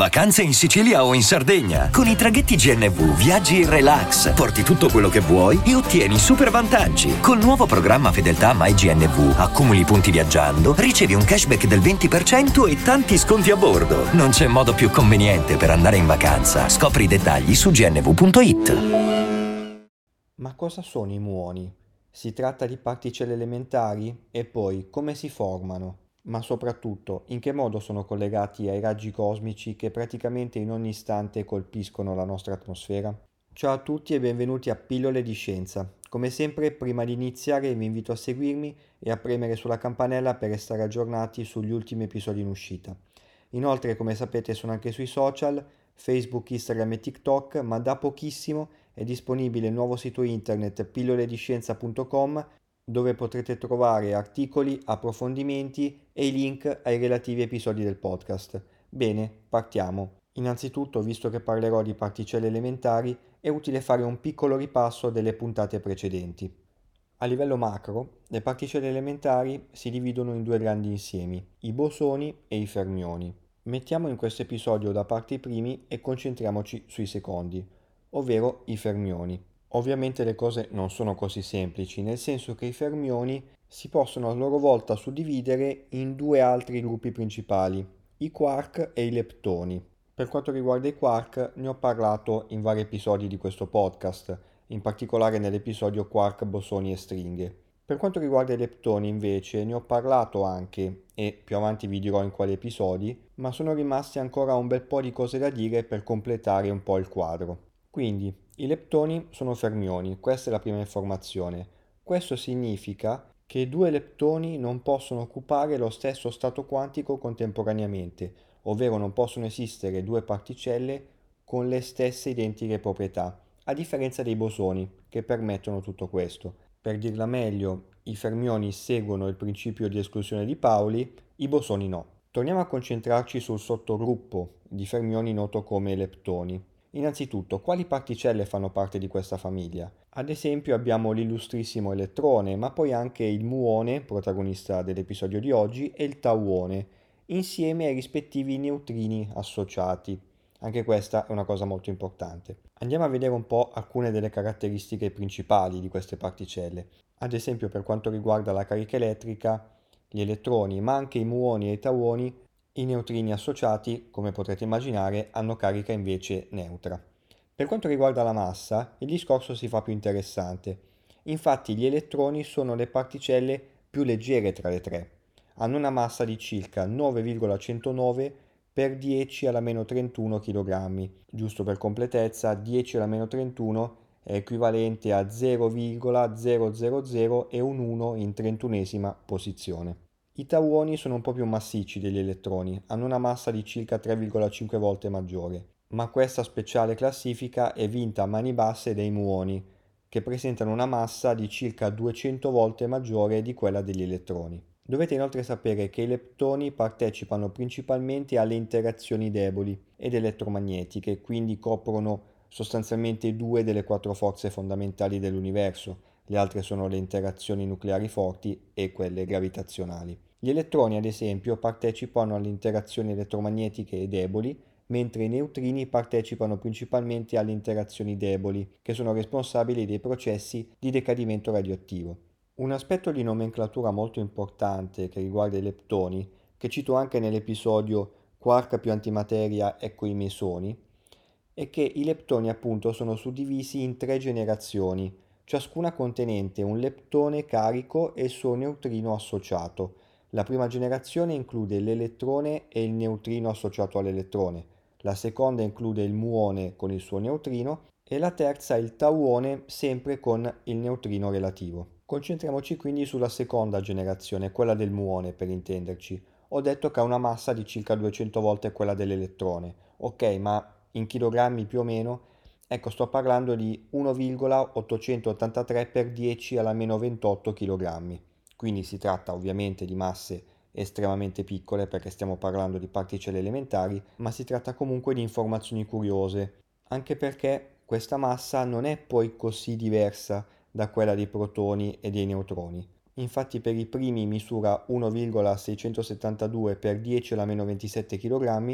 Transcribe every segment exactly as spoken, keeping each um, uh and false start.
Vacanze in Sicilia o in Sardegna. Con i traghetti G N V viaggi in relax, porti tutto quello che vuoi e ottieni super vantaggi. Col nuovo programma Fedeltà MyGNV accumuli punti viaggiando, ricevi un cashback del venti per cento e tanti sconti a bordo. Non c'è modo più conveniente per andare in vacanza. Scopri i dettagli su g n v punto i t. Ma cosa sono i muoni? Si tratta di particelle elementari? E poi come si formano? Ma soprattutto, in che modo sono collegati ai raggi cosmici che praticamente in ogni istante colpiscono la nostra atmosfera? Ciao a tutti e benvenuti a Pillole di Scienza. Come sempre, prima di iniziare vi invito a seguirmi e a premere sulla campanella per restare aggiornati sugli ultimi episodi in uscita. Inoltre, come sapete, sono anche sui social, Facebook, Instagram e TikTok, ma da pochissimo è disponibile il nuovo sito internet pillolediscienza punto com dove potrete trovare articoli, approfondimenti e i link ai relativi episodi del podcast. Bene, partiamo. Innanzitutto, visto che parlerò di particelle elementari, è utile fare un piccolo ripasso delle puntate precedenti. A livello macro, le particelle elementari si dividono in due grandi insiemi, i bosoni e i fermioni. Mettiamo in questo episodio da parte i primi e concentriamoci sui secondi, ovvero i fermioni. Ovviamente le cose non sono così semplici, nel senso che i fermioni si possono a loro volta suddividere in due altri gruppi principali, i quark e i leptoni. Per quanto riguarda i quark, ne ho parlato in vari episodi di questo podcast, in particolare nell'episodio Quark, bosoni e stringhe. Per quanto riguarda i leptoni invece ne ho parlato anche, e più avanti vi dirò in quali episodi, ma sono rimasti ancora un bel po' di cose da dire per completare un po' il quadro. Quindi, i leptoni sono fermioni, questa è la prima informazione. Questo significa che due leptoni non possono occupare lo stesso stato quantico contemporaneamente, ovvero non possono esistere due particelle con le stesse identiche proprietà, a differenza dei bosoni, che permettono tutto questo. Per dirla meglio, i fermioni seguono il principio di esclusione di Pauli, i bosoni no. Torniamo a concentrarci sul sottogruppo di fermioni noto come leptoni. Innanzitutto, quali particelle fanno parte di questa famiglia? Ad esempio abbiamo l'illustrissimo elettrone, ma poi anche il muone, protagonista dell'episodio di oggi, e il tauone, insieme ai rispettivi neutrini associati. Anche questa è una cosa molto importante. Andiamo a vedere un po' alcune delle caratteristiche principali di queste particelle. Ad esempio, per quanto riguarda la carica elettrica, gli elettroni, ma anche i muoni e i tauoni, i neutrini associati, come potrete immaginare, hanno carica invece neutra. Per quanto riguarda la massa, il discorso si fa più interessante. Infatti gli elettroni sono le particelle più leggere tra le tre. Hanno una massa di circa nove virgola centonove per dieci alla meno trentuno kg. Giusto per completezza, dieci alla meno trentuno è equivalente a zero virgola zero zero zero e un uno in trentunesima posizione. I tauoni sono un po' più massicci degli elettroni, hanno una massa di circa tre virgola cinque volte maggiore, ma questa speciale classifica è vinta a mani basse dai muoni, che presentano una massa di circa duecento volte maggiore di quella degli elettroni. Dovete inoltre sapere che i leptoni partecipano principalmente alle interazioni deboli ed elettromagnetiche, quindi coprono sostanzialmente due delle quattro forze fondamentali dell'universo. Le altre sono le interazioni nucleari forti e quelle gravitazionali. Gli elettroni, ad esempio, partecipano alle interazioni elettromagnetiche deboli, mentre i neutrini partecipano principalmente alle interazioni deboli, che sono responsabili dei processi di decadimento radioattivo. Un aspetto di nomenclatura molto importante che riguarda i leptoni, che cito anche nell'episodio Quark più antimateria, ecco i mesoni, è che i leptoni appunto sono suddivisi in tre generazioni, ciascuna contenente un leptone carico e il suo neutrino associato. La prima generazione include l'elettrone e il neutrino associato all'elettrone, la seconda include il muone con il suo neutrino e la terza il tauone sempre con il neutrino relativo. Concentriamoci quindi sulla seconda generazione, quella del muone per intenderci. Ho detto che ha una massa di circa duecento volte quella dell'elettrone. Ok, ma in chilogrammi più o meno? Ecco, sto parlando di uno virgola ottocentottantatré per dieci alla meno ventotto kg. Quindi si tratta ovviamente di masse estremamente piccole perché stiamo parlando di particelle elementari, ma si tratta comunque di informazioni curiose, anche perché questa massa non è poi così diversa da quella dei protoni e dei neutroni. Infatti per i primi misura uno virgola seicentosettantadue per dieci alla meno ventisette kg,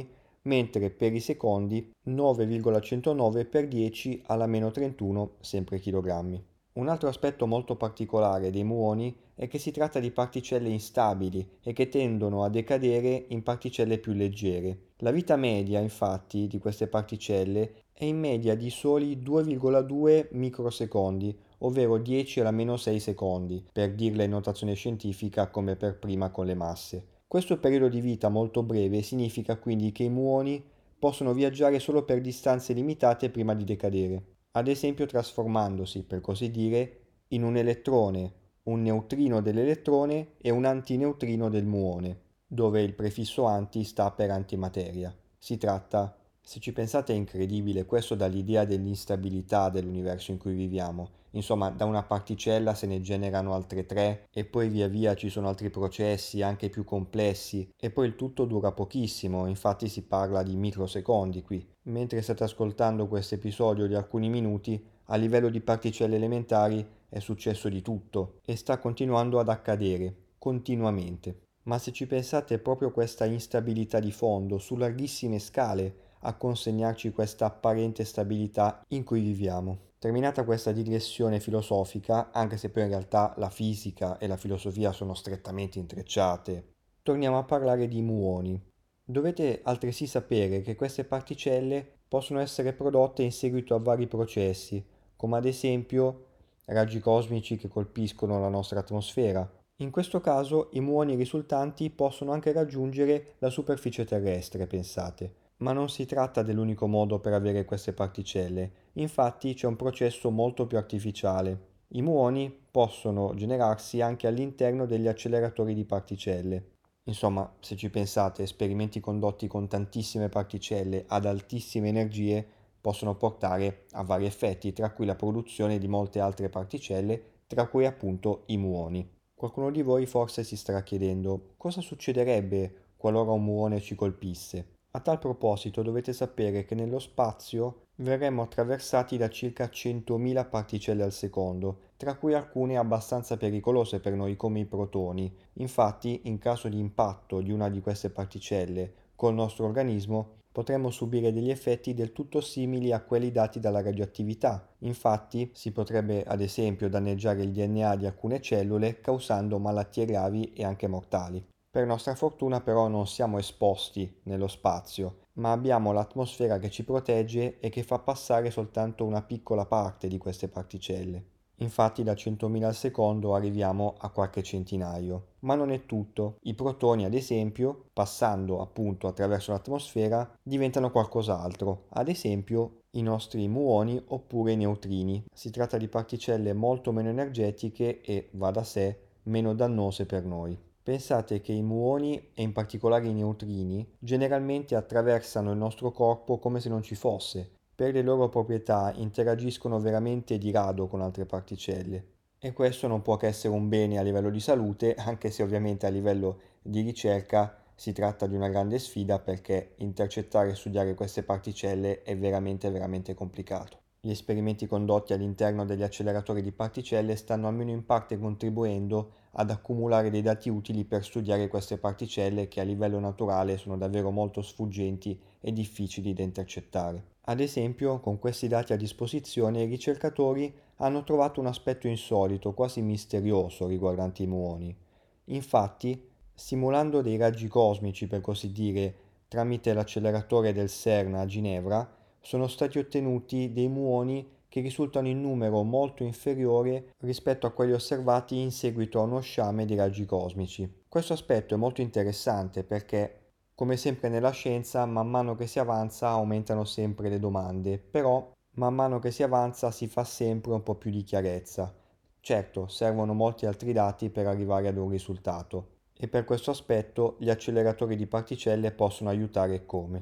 mentre per i secondi nove virgola centonove per dieci alla meno trentuno sempre chilogrammi. Un altro aspetto molto particolare dei muoni è che si tratta di particelle instabili e che tendono a decadere in particelle più leggere. La vita media, infatti, di queste particelle è in media di soli due virgola due microsecondi, ovvero dieci alla meno sei secondi, per dirla in notazione scientifica come per prima con le masse. Questo periodo di vita molto breve significa quindi che i muoni possono viaggiare solo per distanze limitate prima di decadere, ad esempio trasformandosi, per così dire, in un elettrone, un neutrino dell'elettrone e un antineutrino del muone, dove il prefisso anti sta per antimateria. Si tratta, se ci pensate, è incredibile, questo dà l'idea dell'instabilità dell'universo in cui viviamo. Insomma, da una particella se ne generano altre tre e poi via via ci sono altri processi anche più complessi e poi il tutto dura pochissimo, infatti si parla di microsecondi qui. Mentre state ascoltando questo episodio di alcuni minuti, a livello di particelle elementari è successo di tutto e sta continuando ad accadere, continuamente. Ma se ci pensate è proprio questa instabilità di fondo su larghissime scale a consegnarci questa apparente stabilità in cui viviamo. Terminata questa digressione filosofica, anche se poi in realtà la fisica e la filosofia sono strettamente intrecciate, torniamo a parlare di muoni. Dovete altresì sapere che queste particelle possono essere prodotte in seguito a vari processi, come ad esempio raggi cosmici che colpiscono la nostra atmosfera. In questo caso i muoni risultanti possono anche raggiungere la superficie terrestre, pensate. Ma non si tratta dell'unico modo per avere queste particelle, infatti c'è un processo molto più artificiale. I muoni possono generarsi anche all'interno degli acceleratori di particelle. Insomma, se ci pensate, esperimenti condotti con tantissime particelle ad altissime energie possono portare a vari effetti, tra cui la produzione di molte altre particelle, tra cui appunto i muoni. Qualcuno di voi forse si starà chiedendo cosa succederebbe qualora un muone ci colpisse. A tal proposito dovete sapere che nello spazio verremo attraversati da circa centomila particelle al secondo, tra cui alcune abbastanza pericolose per noi come i protoni. Infatti, in caso di impatto di una di queste particelle col nostro organismo, potremmo subire degli effetti del tutto simili a quelli dati dalla radioattività. Infatti, si potrebbe ad esempio danneggiare il D N A di alcune cellule causando malattie gravi e anche mortali. Per nostra fortuna però non siamo esposti nello spazio, ma abbiamo l'atmosfera che ci protegge e che fa passare soltanto una piccola parte di queste particelle. Infatti da centomila al secondo arriviamo a qualche centinaio. Ma non è tutto. I protoni, ad esempio, passando appunto attraverso l'atmosfera, diventano qualcos'altro. Ad esempio, i nostri muoni oppure i neutrini. Si tratta di particelle molto meno energetiche e, va da sé, meno dannose per noi. Pensate che i muoni, e in particolare i neutrini, generalmente attraversano il nostro corpo come se non ci fosse. Per le loro proprietà interagiscono veramente di rado con altre particelle. E questo non può che essere un bene a livello di salute, anche se ovviamente a livello di ricerca si tratta di una grande sfida perché intercettare e studiare queste particelle è veramente veramente complicato. Gli esperimenti condotti all'interno degli acceleratori di particelle stanno almeno in parte contribuendo ad accumulare dei dati utili per studiare queste particelle che a livello naturale sono davvero molto sfuggenti e difficili da intercettare. Ad esempio, con questi dati a disposizione, i ricercatori hanno trovato un aspetto insolito, quasi misterioso, riguardante i muoni. Infatti, simulando dei raggi cosmici, per così dire, tramite l'acceleratore del CERN a Ginevra, sono stati ottenuti dei muoni che risultano in numero molto inferiore rispetto a quelli osservati in seguito a uno sciame di raggi cosmici. Questo aspetto è molto interessante perché, come sempre nella scienza, man mano che si avanza aumentano sempre le domande, però man mano che si avanza si fa sempre un po' più di chiarezza. Certo, servono molti altri dati per arrivare ad un risultato e per questo aspetto gli acceleratori di particelle possono aiutare come.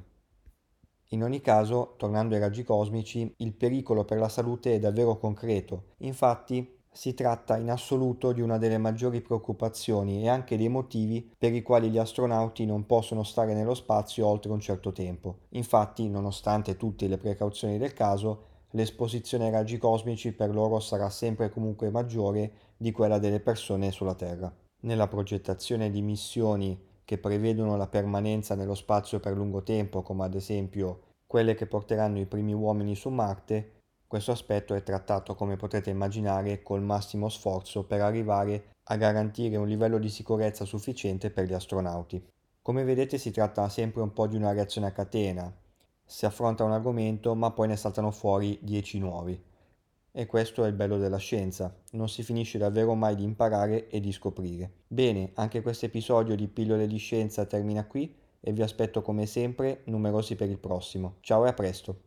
In ogni caso, tornando ai raggi cosmici, il pericolo per la salute è davvero concreto. Infatti, si tratta in assoluto di una delle maggiori preoccupazioni e anche dei motivi per i quali gli astronauti non possono stare nello spazio oltre un certo tempo. Infatti, nonostante tutte le precauzioni del caso, l'esposizione ai raggi cosmici per loro sarà sempre comunque maggiore di quella delle persone sulla Terra. Nella progettazione di missioni che prevedono la permanenza nello spazio per lungo tempo, come ad esempio quelle che porteranno i primi uomini su Marte, questo aspetto è trattato, come potrete immaginare, col massimo sforzo per arrivare a garantire un livello di sicurezza sufficiente per gli astronauti. Come vedete si tratta sempre un po' di una reazione a catena. Si affronta un argomento ma poi ne saltano fuori dieci nuovi. E questo è il bello della scienza, non si finisce davvero mai di imparare e di scoprire. Bene, anche questo episodio di Pillole di Scienza termina qui e vi aspetto come sempre numerosi per il prossimo. Ciao e a presto!